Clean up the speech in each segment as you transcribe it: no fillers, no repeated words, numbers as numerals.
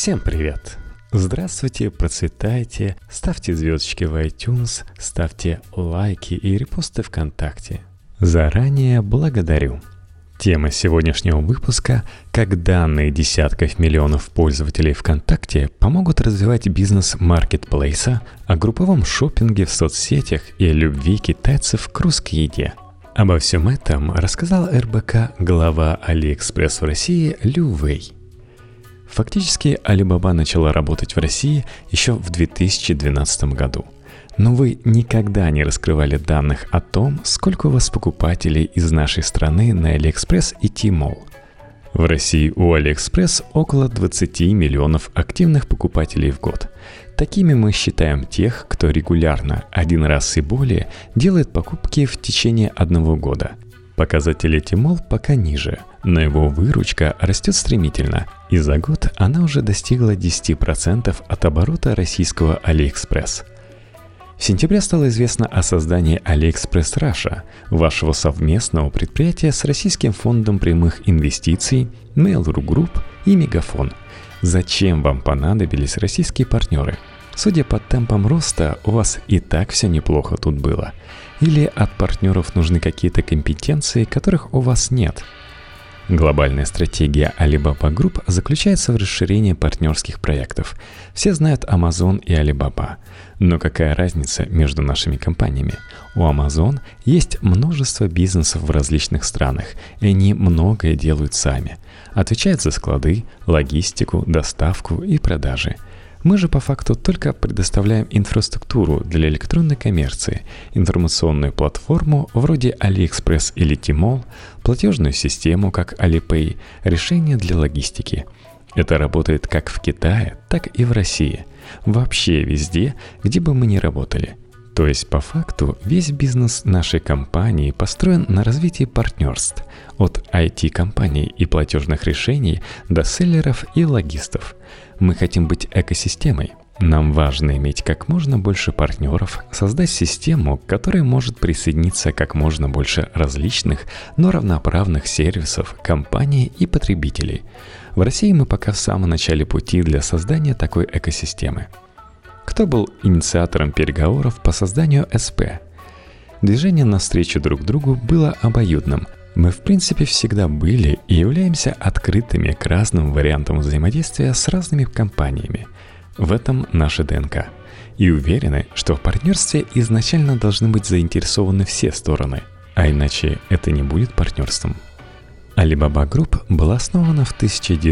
Всем привет! Здравствуйте, процветайте, ставьте звездочки в iTunes, ставьте лайки и репосты ВКонтакте. Заранее благодарю. Тема сегодняшнего выпуска – как данные десятков миллионов пользователей ВКонтакте помогут развивать бизнес маркетплейса, о групповом шопинге в соцсетях и о любви китайцев к русской еде. Обо всем этом рассказал РБК глава AliExpress в России Лю Вэй. Фактически, Alibaba начала работать в России еще в 2012 году. Но вы никогда не раскрывали данных о том, сколько у вас покупателей из нашей страны на AliExpress и Tmall. В России у AliExpress около 20 миллионов активных покупателей в год. Такими мы считаем тех, кто регулярно, один раз и более, делает покупки в течение одного года. Показатели Tmall пока ниже, но его выручка растет стремительно, и за год она уже достигла 10% от оборота российского AliExpress. В сентябре стало известно о создании AliExpress Russia, вашего совместного предприятия с Российским фондом прямых инвестиций, Mail.ru Group и Мегафон. Зачем вам понадобились российские партнеры? Судя по темпам роста, у вас и так все неплохо тут было. Или от партнеров нужны какие-то компетенции, которых у вас нет? Глобальная стратегия Alibaba Group заключается в расширении партнерских проектов. Все знают Amazon и Alibaba. Но какая разница между нашими компаниями? У Amazon есть множество бизнесов в различных странах, и они многое делают сами. Отвечают за склады, логистику, доставку и продажи. Мы же по факту только предоставляем инфраструктуру для электронной коммерции, информационную платформу вроде AliExpress или Tmall, платежную систему как Alipay, решения для логистики. Это работает как в Китае, так и в России. Вообще везде, где бы мы ни работали. То есть по факту весь бизнес нашей компании построен на развитии партнерств. От IT-компаний и платежных решений до селлеров и логистов. Мы хотим быть экосистемой. Нам важно иметь как можно больше партнеров, создать систему, к которой может присоединиться как можно больше различных, но равноправных сервисов, компаний и потребителей. В России мы пока в самом начале пути для создания такой экосистемы. Кто был инициатором переговоров по созданию СП? Движение навстречу друг другу было обоюдным. Мы в принципе всегда были и являемся открытыми к разным вариантам взаимодействия с разными компаниями. В этом наша ДНК. И уверены, что в партнерстве изначально должны быть заинтересованы все стороны, а иначе это не будет партнерством. Alibaba Group была основана в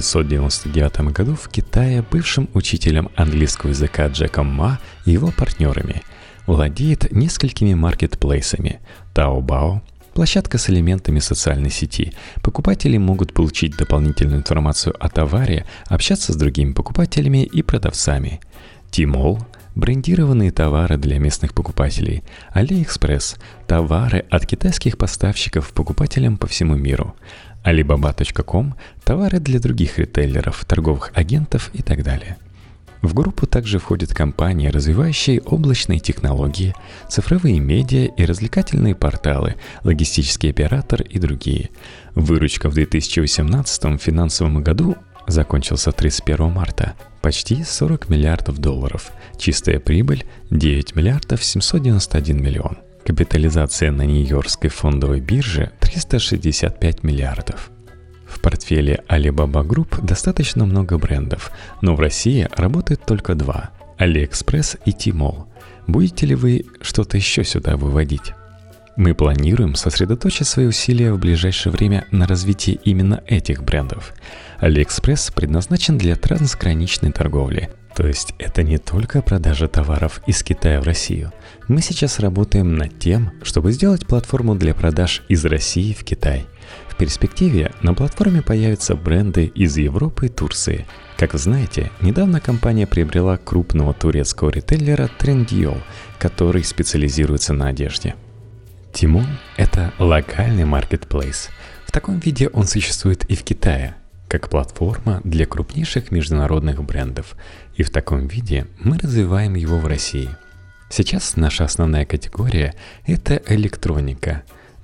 1999 году в Китае бывшим учителем английского языка Джеком Ма и его партнерами. Владеет несколькими маркетплейсами – Taobao, площадка с элементами социальной сети. Покупатели могут получить дополнительную информацию о товаре, общаться с другими покупателями и продавцами. Tmall – брендированные товары для местных покупателей. AliExpress – товары от китайских поставщиков покупателям по всему миру. Alibaba.com – товары для других ритейлеров, торговых агентов и так далее. В группу также входят компании, развивающие облачные технологии, цифровые медиа и развлекательные порталы, логистический оператор и другие. Выручка в 2018 финансовом году закончился 31 марта. Почти 40 миллиардов долларов. Чистая прибыль – 9 миллиардов 791 миллион. Капитализация на Нью-Йоркской фондовой бирже – 365 миллиардов. В портфеле Alibaba Group достаточно много брендов, но в России работает только два – AliExpress и Tmall. Будете ли вы что-то еще сюда выводить? Мы планируем сосредоточить свои усилия в ближайшее время на развитии именно этих брендов. AliExpress предназначен для трансграничной торговли. То есть это не только продажа товаров из Китая в Россию. Мы сейчас работаем над тем, чтобы сделать платформу для продаж из России в Китай. В перспективе на платформе появятся бренды из Европы и Турции. Как вы знаете, недавно компания приобрела крупного турецкого ритейлера Trendyol, который специализируется на одежде. Tmall – это локальный маркетплейс. В таком виде он существует и в Китае, как платформа для крупнейших международных брендов. И в таком виде мы развиваем его в России. Сейчас наша основная категория – это электроника.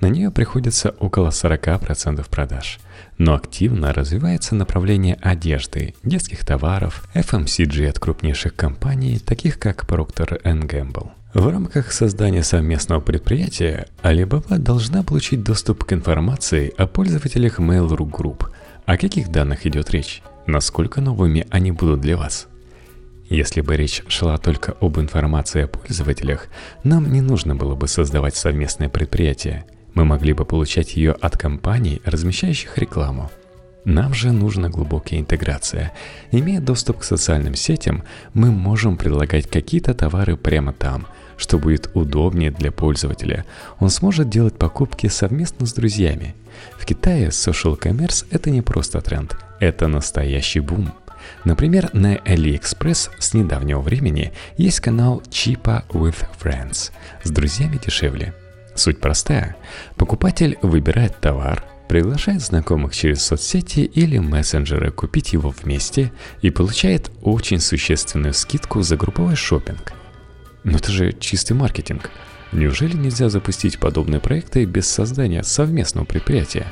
На нее приходится около 40% продаж. Но активно развивается направление одежды, детских товаров, FMCG от крупнейших компаний, таких как Procter & Gamble. В рамках создания совместного предприятия Alibaba должна получить доступ к информации о пользователях Mail.ru Group. О каких данных идет речь? Насколько новыми они будут для вас? Если бы речь шла только об информации о пользователях, нам не нужно было бы создавать совместное предприятие. Мы могли бы получать ее от компаний, размещающих рекламу. Нам же нужна глубокая интеграция. Имея доступ к социальным сетям, мы можем предлагать какие-то товары прямо там, что будет удобнее для пользователя. Он сможет делать покупки совместно с друзьями. В Китае social commerce – это не просто тренд, это настоящий бум. Например, на AliExpress с недавнего времени есть канал Cheaper with Friends – с друзьями дешевле. Суть простая. Покупатель выбирает товар, приглашает знакомых через соцсети или мессенджеры купить его вместе и получает очень существенную скидку за групповой шопинг. Но это же чистый маркетинг. Неужели нельзя запустить подобные проекты без создания совместного предприятия?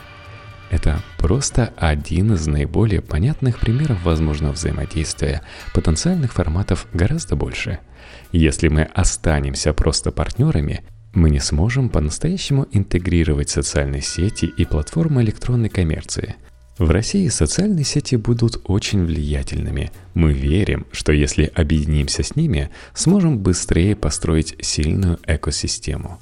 Это просто один из наиболее понятных примеров возможного взаимодействия. Потенциальных форматов гораздо больше. Если мы останемся просто партнерами, мы не сможем по-настоящему интегрировать социальные сети и платформы электронной коммерции. В России социальные сети будут очень влиятельными. Мы верим, что если объединимся с ними, сможем быстрее построить сильную экосистему.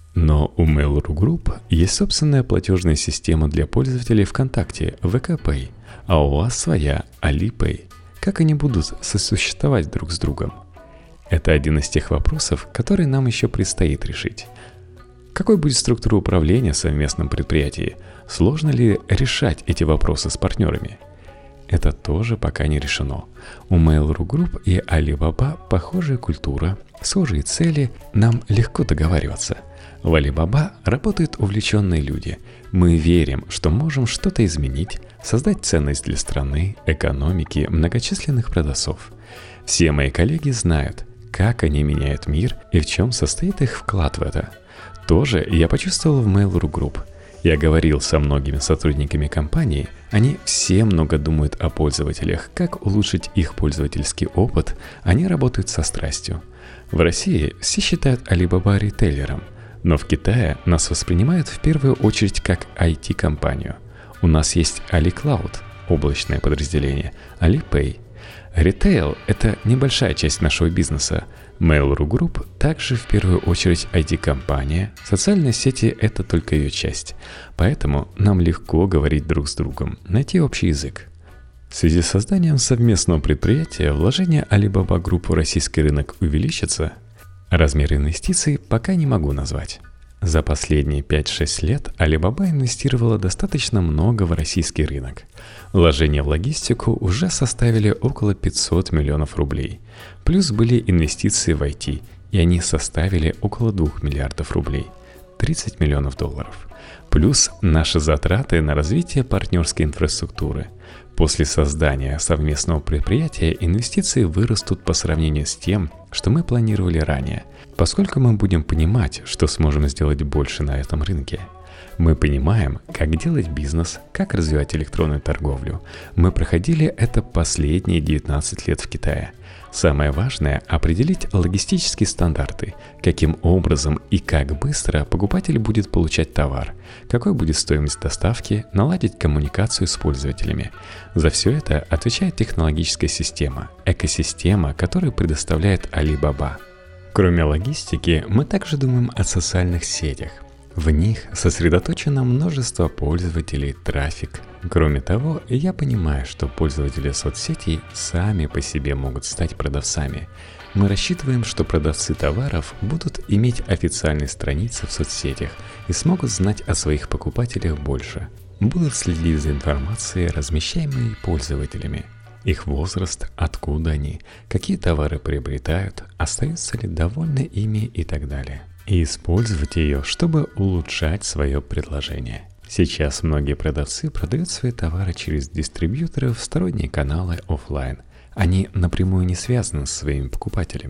Но у Mail.ru Group есть собственная платежная система для пользователей ВКонтакте ВК-Pay, а у вас своя Alipay. Как они будут сосуществовать друг с другом? Это один из тех вопросов, которые нам еще предстоит решить. Какой будет структура управления в совместном предприятии? Сложно ли решать эти вопросы с партнерами? Это тоже пока не решено. У Mail.ru Group и Alibaba похожая культура, схожие цели, нам легко договариваться. В Alibaba работают увлеченные люди. Мы верим, что можем что-то изменить, создать ценность для страны, экономики, многочисленных продавцов. Все мои коллеги знают, как они меняют мир и в чем состоит их вклад в это. Тоже я почувствовал в Mail.ru Group. Я говорил со многими сотрудниками компании, они все много думают о пользователях, как улучшить их пользовательский опыт, они работают со страстью. В России все считают Alibaba ритейлером, но в Китае нас воспринимают в первую очередь как IT-компанию. У нас есть AliCloud, облачное подразделение, Alipay. Ритейл – это небольшая часть нашего бизнеса. Mail.ru Group также в первую очередь IT-компания, социальные сети – это только ее часть. Поэтому нам легко говорить друг с другом, найти общий язык. В связи с созданием совместного предприятия вложения Alibaba Group в российский рынок увеличатся. Размер инвестиций пока не могу назвать. За последние 5-6 лет Alibaba инвестировала достаточно много в российский рынок. Вложения в логистику уже составили около 500 миллионов рублей. Плюс были инвестиции в IT, и они составили около 2 миллиардов рублей, 30 миллионов долларов. Плюс наши затраты на развитие партнерской инфраструктуры. После создания совместного предприятия инвестиции вырастут по сравнению с тем, что мы планировали ранее, поскольку мы будем понимать, что сможем сделать больше на этом рынке. Мы понимаем, как делать бизнес, как развивать электронную торговлю. Мы проходили это последние 19 лет в Китае. Самое важное – определить логистические стандарты, каким образом и как быстро покупатель будет получать товар, какой будет стоимость доставки, наладить коммуникацию с пользователями. За все это отвечает технологическая система, экосистема, которую предоставляет Alibaba. Кроме логистики, мы также думаем о социальных сетях. В них сосредоточено множество пользователей, трафик. Кроме того, я понимаю, что пользователи соцсетей сами по себе могут стать продавцами. Мы рассчитываем, что продавцы товаров будут иметь официальные страницы в соцсетях и смогут знать о своих покупателях больше. Будут следить за информацией, размещаемой пользователями. Их возраст, откуда они, какие товары приобретают, остаются ли довольны ими и так далее. И использовать ее, чтобы улучшать свое предложение. Сейчас многие продавцы продают свои товары через дистрибьюторы в сторонние каналы офлайн. Они напрямую не связаны с своими покупателями.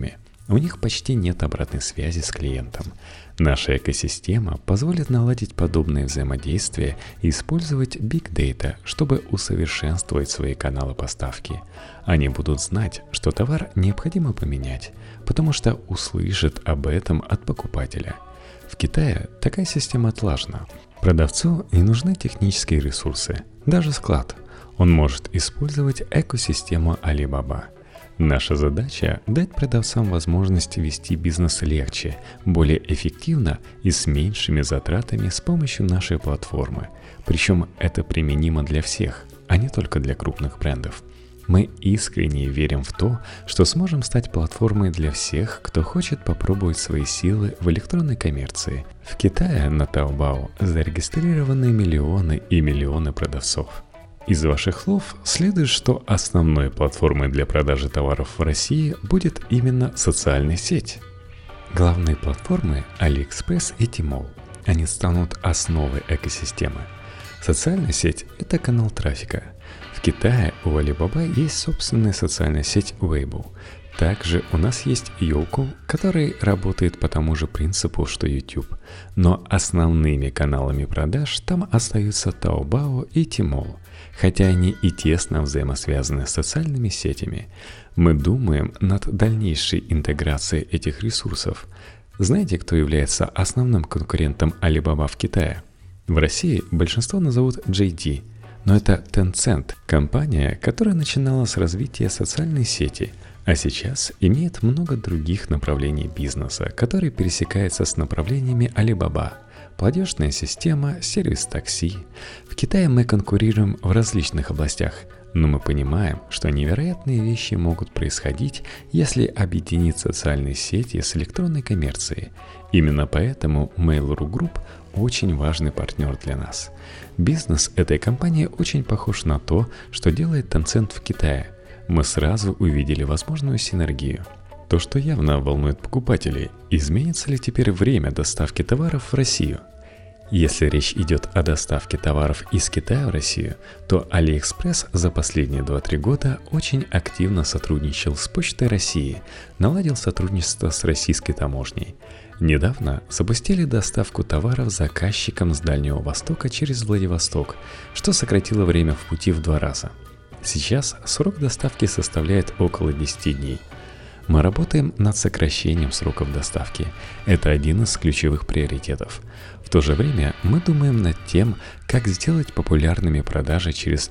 У них почти нет обратной связи с клиентом. Наша экосистема позволит наладить подобное взаимодействие и использовать Big Data, чтобы усовершенствовать свои каналы поставки. Они будут знать, что товар необходимо поменять, потому что услышат об этом от покупателя. В Китае такая система отлажена. Продавцу не нужны технические ресурсы, даже склад. Он может использовать экосистему Alibaba. Наша задача – дать продавцам возможность вести бизнес легче, более эффективно и с меньшими затратами с помощью нашей платформы. Причем это применимо для всех, а не только для крупных брендов. Мы искренне верим в то, что сможем стать платформой для всех, кто хочет попробовать свои силы в электронной коммерции. В Китае на Taobao зарегистрированы миллионы и миллионы продавцов. Из ваших слов следует, что основной платформой для продажи товаров в России будет именно социальная сеть. Главные платформы AliExpress и Tmall. Они станут основой экосистемы. Социальная сеть – это канал трафика. В Китае у Alibaba есть собственная социальная сеть Weibo. Также у нас есть Youku, который работает по тому же принципу, что YouTube. Но основными каналами продаж там остаются Taobao и Tmall. Хотя они и тесно взаимосвязаны с социальными сетями. Мы думаем над дальнейшей интеграцией этих ресурсов. Знаете, кто является основным конкурентом Alibaba в Китае? В России большинство назовут JD, но это Tencent, компания, которая начинала с развития социальной сети, а сейчас имеет много других направлений бизнеса, которые пересекаются с направлениями Alibaba. Платежная система, сервис такси. В Китае мы конкурируем в различных областях, но мы понимаем, что невероятные вещи могут происходить, если объединить социальные сети с электронной коммерцией. Именно поэтому Mail.ru Group очень важный партнер для нас. Бизнес этой компании очень похож на то, что делает Tencent в Китае. Мы сразу увидели возможную синергию. То, что явно волнует покупателей, изменится ли теперь время доставки товаров в Россию? Если речь идет о доставке товаров из Китая в Россию, то AliExpress за последние 2-3 года очень активно сотрудничал с Почтой России, наладил сотрудничество с российской таможней. Недавно запустили доставку товаров заказчикам с Дальнего Востока через Владивосток, что сократило время в пути в 2 раза. Сейчас срок доставки составляет около 10 дней. Мы работаем над сокращением сроков доставки. Это один из ключевых приоритетов. В то же время мы думаем над тем, как сделать популярными продажи через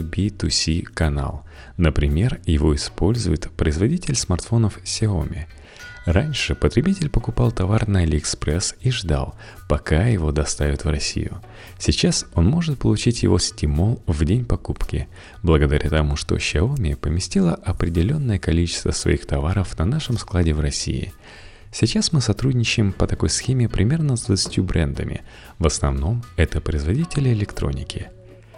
B2B2C канал. Например, его использует производитель смартфонов Xiaomi. Раньше потребитель покупал товар на AliExpress и ждал, пока его доставят в Россию. Сейчас он может получить его с Tmall в день покупки, благодаря тому, что Xiaomi поместила определенное количество своих товаров на нашем складе в России. Сейчас мы сотрудничаем по такой схеме примерно с 20 брендами. В основном это производители электроники.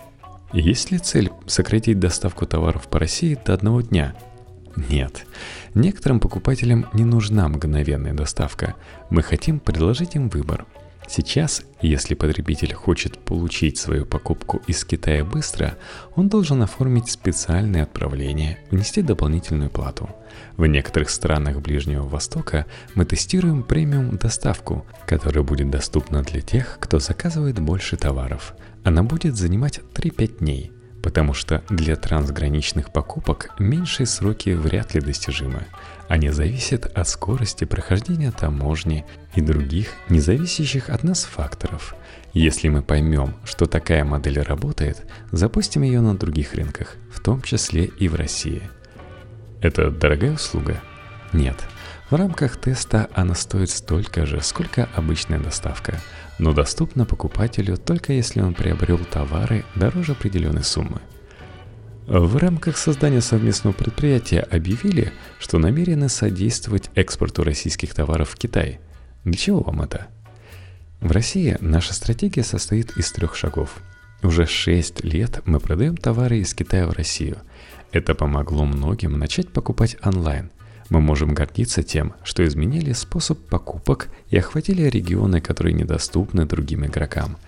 Есть ли цель сократить доставку товаров по России до 1 дня? Нет. Некоторым покупателям не нужна мгновенная доставка. Мы хотим предложить им выбор. Сейчас, если потребитель хочет получить свою покупку из Китая быстро, он должен оформить специальное отправление, внести дополнительную плату. В некоторых странах Ближнего Востока мы тестируем премиум-доставку, которая будет доступна для тех, кто заказывает больше товаров. Она будет занимать 3-5 дней. Потому что для трансграничных покупок меньшие сроки вряд ли достижимы. Они зависят от скорости прохождения таможни и других, не зависящих от нас факторов. Если мы поймем, что такая модель работает, запустим ее на других рынках, в том числе и в России. Это дорогая услуга? Нет. В рамках теста она стоит столько же, сколько обычная доставка, но доступна покупателю только если он приобрел товары дороже определенной суммы. В рамках создания совместного предприятия объявили, что намерены содействовать экспорту российских товаров в Китай. Для чего вам это? В России наша стратегия состоит из 3 шагов. Уже 6 лет мы продаем товары из Китая в Россию. Это помогло многим начать покупать онлайн. Мы можем гордиться тем, что изменили способ покупок и охватили регионы, которые недоступны другим игрокам.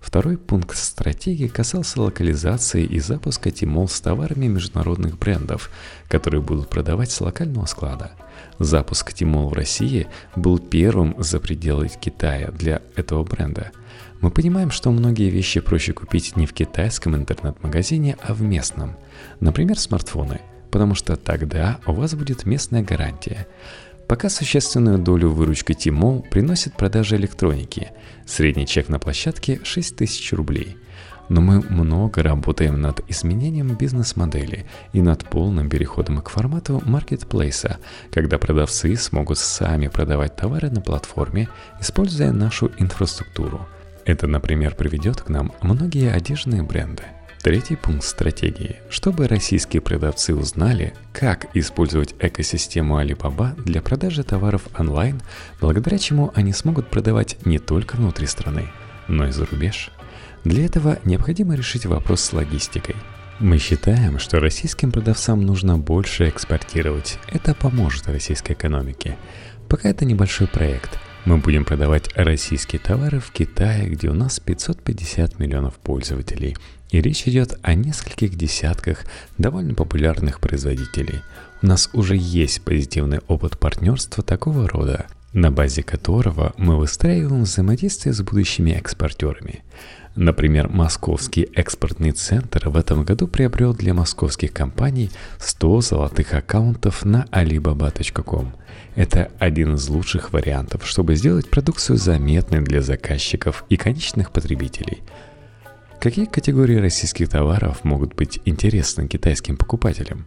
Второй пункт стратегии касался локализации и запуска Tmall с товарами международных брендов, которые будут продавать с локального склада. Запуск Tmall в России был первым за пределы Китая для этого бренда. Мы понимаем, что многие вещи проще купить не в китайском интернет-магазине, а в местном. Например, смартфоны, потому что тогда у вас будет местная гарантия. Пока существенную долю выручки Tmall приносит продажа электроники. Средний чек на площадке 6000 рублей. Но мы много работаем над изменением бизнес-модели и над полным переходом к формату маркетплейса, когда продавцы смогут сами продавать товары на платформе, используя нашу инфраструктуру. Это, например, приведет к нам многие одежные бренды. Третий пункт стратегии. Чтобы российские продавцы узнали, как использовать экосистему Alibaba для продажи товаров онлайн, благодаря чему они смогут продавать не только внутри страны, но и за рубеж. Для этого необходимо решить вопрос с логистикой. Мы считаем, что российским продавцам нужно больше экспортировать. Это поможет российской экономике. Пока это небольшой проект. Мы будем продавать российские товары в Китае, где у нас 550 миллионов пользователей. И речь идет о нескольких десятках довольно популярных производителей. У нас уже есть позитивный опыт партнерства такого рода, на базе которого мы выстраиваем взаимодействие с будущими экспортерами. Например, Московский экспортный центр в этом году приобрел для московских компаний 100 золотых аккаунтов на alibaba.com. Это один из лучших вариантов, чтобы сделать продукцию заметной для заказчиков и конечных потребителей. Какие категории российских товаров могут быть интересны китайским покупателям?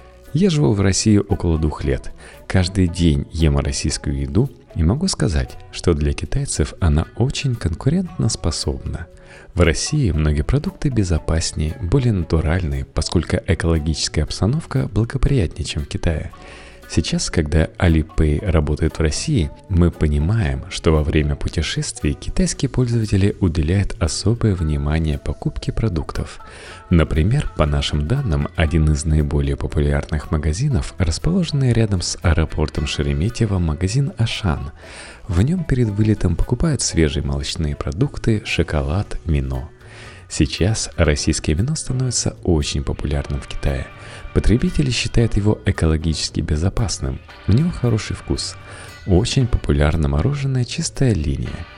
Я живу в России около 2 лет. Каждый день ем российскую еду и могу сказать, что для китайцев она очень конкурентоспособна. В России многие продукты безопаснее, более натуральные, поскольку экологическая обстановка благоприятнее, чем в Китае. Сейчас, когда Alipay работает в России, мы понимаем, что во время путешествий китайские пользователи уделяют особое внимание покупке продуктов. Например, по нашим данным, один из наиболее популярных магазинов, расположенный рядом с аэропортом Шереметьево, магазин «Ашан». В нем перед вылетом покупают свежие молочные продукты, шоколад, вино. Сейчас российское вино становится очень популярным в Китае. Потребители считают его экологически безопасным, у него хороший вкус. Очень популярно мороженое «Чистая линия».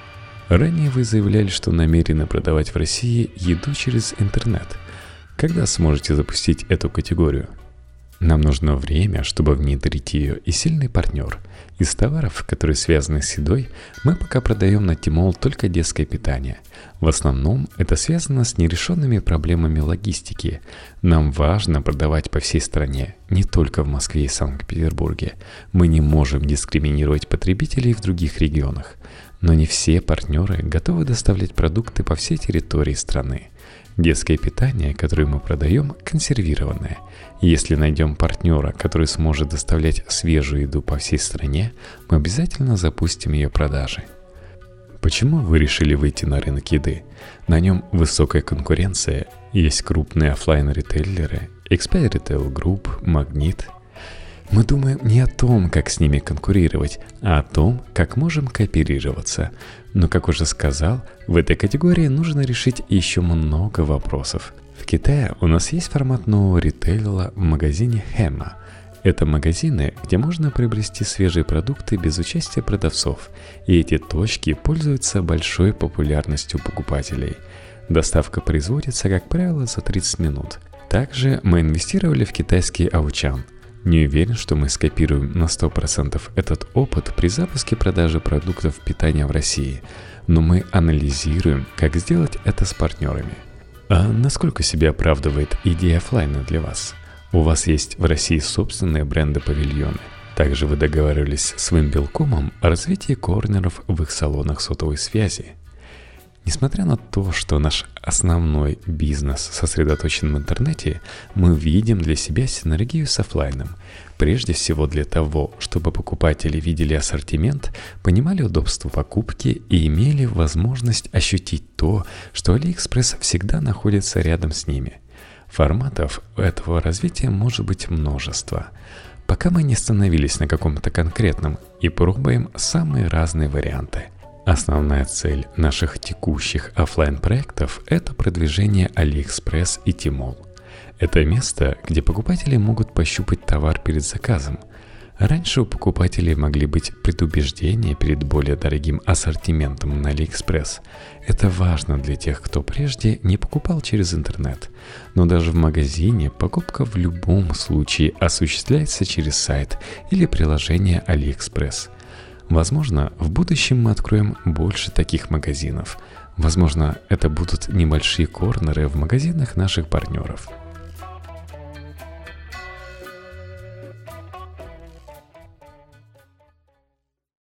Ранее вы заявляли, что намерены продавать в России еду через интернет. Когда сможете запустить эту категорию? Нам нужно время, чтобы внедрить ее, и сильный партнер. Из товаров, которые связаны с едой, мы пока продаем на Tmall только детское питание. В основном это связано с нерешенными проблемами логистики. Нам важно продавать по всей стране, не только в Москве и Санкт-Петербурге. Мы не можем дискриминировать потребителей в других регионах. Но не все партнеры готовы доставлять продукты по всей территории страны. Детское питание, которое мы продаем, консервированное. Если найдем партнера, который сможет доставлять свежую еду по всей стране, мы обязательно запустим ее продажи. Почему вы решили выйти на рынок еды? На нем высокая конкуренция, есть крупные офлайн-ритейлеры, X5 Retail Group, Магнит. Мы думаем не о том, как с ними конкурировать, а о том, как можем кооперироваться. Но, как уже сказал, в этой категории нужно решить еще много вопросов. В Китае у нас есть формат нового ритейла в магазине Hema. Это магазины, где можно приобрести свежие продукты без участия продавцов, и эти точки пользуются большой популярностью покупателей. Доставка производится, как правило, за 30 минут. Также мы инвестировали в китайский Аучан. Не уверен, что мы скопируем на 100% этот опыт при запуске продажи продуктов питания в России, но мы анализируем, как сделать это с партнерами. А насколько себя оправдывает идея офлайна для вас? У вас есть в России собственные бренды-павильоны. Также вы договаривались с Вимпелкомом о развитии корнеров в их салонах сотовой связи. Несмотря на то, что наш основной бизнес сосредоточен в интернете, мы видим для себя синергию с офлайном. Прежде всего для того, чтобы покупатели видели ассортимент, понимали удобство покупки и имели возможность ощутить то, что AliExpress всегда находится рядом с ними. Форматов этого развития может быть множество. Пока мы не остановились на каком-то конкретном и пробуем самые разные варианты. Основная цель наших текущих офлайн-проектов – это продвижение AliExpress и Tmall. Это место, где покупатели могут пощупать товар перед заказом. Раньше у покупателей могли быть предубеждения перед более дорогим ассортиментом на AliExpress. Это важно для тех, кто прежде не покупал через интернет. Но даже в магазине покупка в любом случае осуществляется через сайт или приложение AliExpress. Возможно, в будущем мы откроем больше таких магазинов. Возможно, это будут небольшие корнеры в магазинах наших партнеров.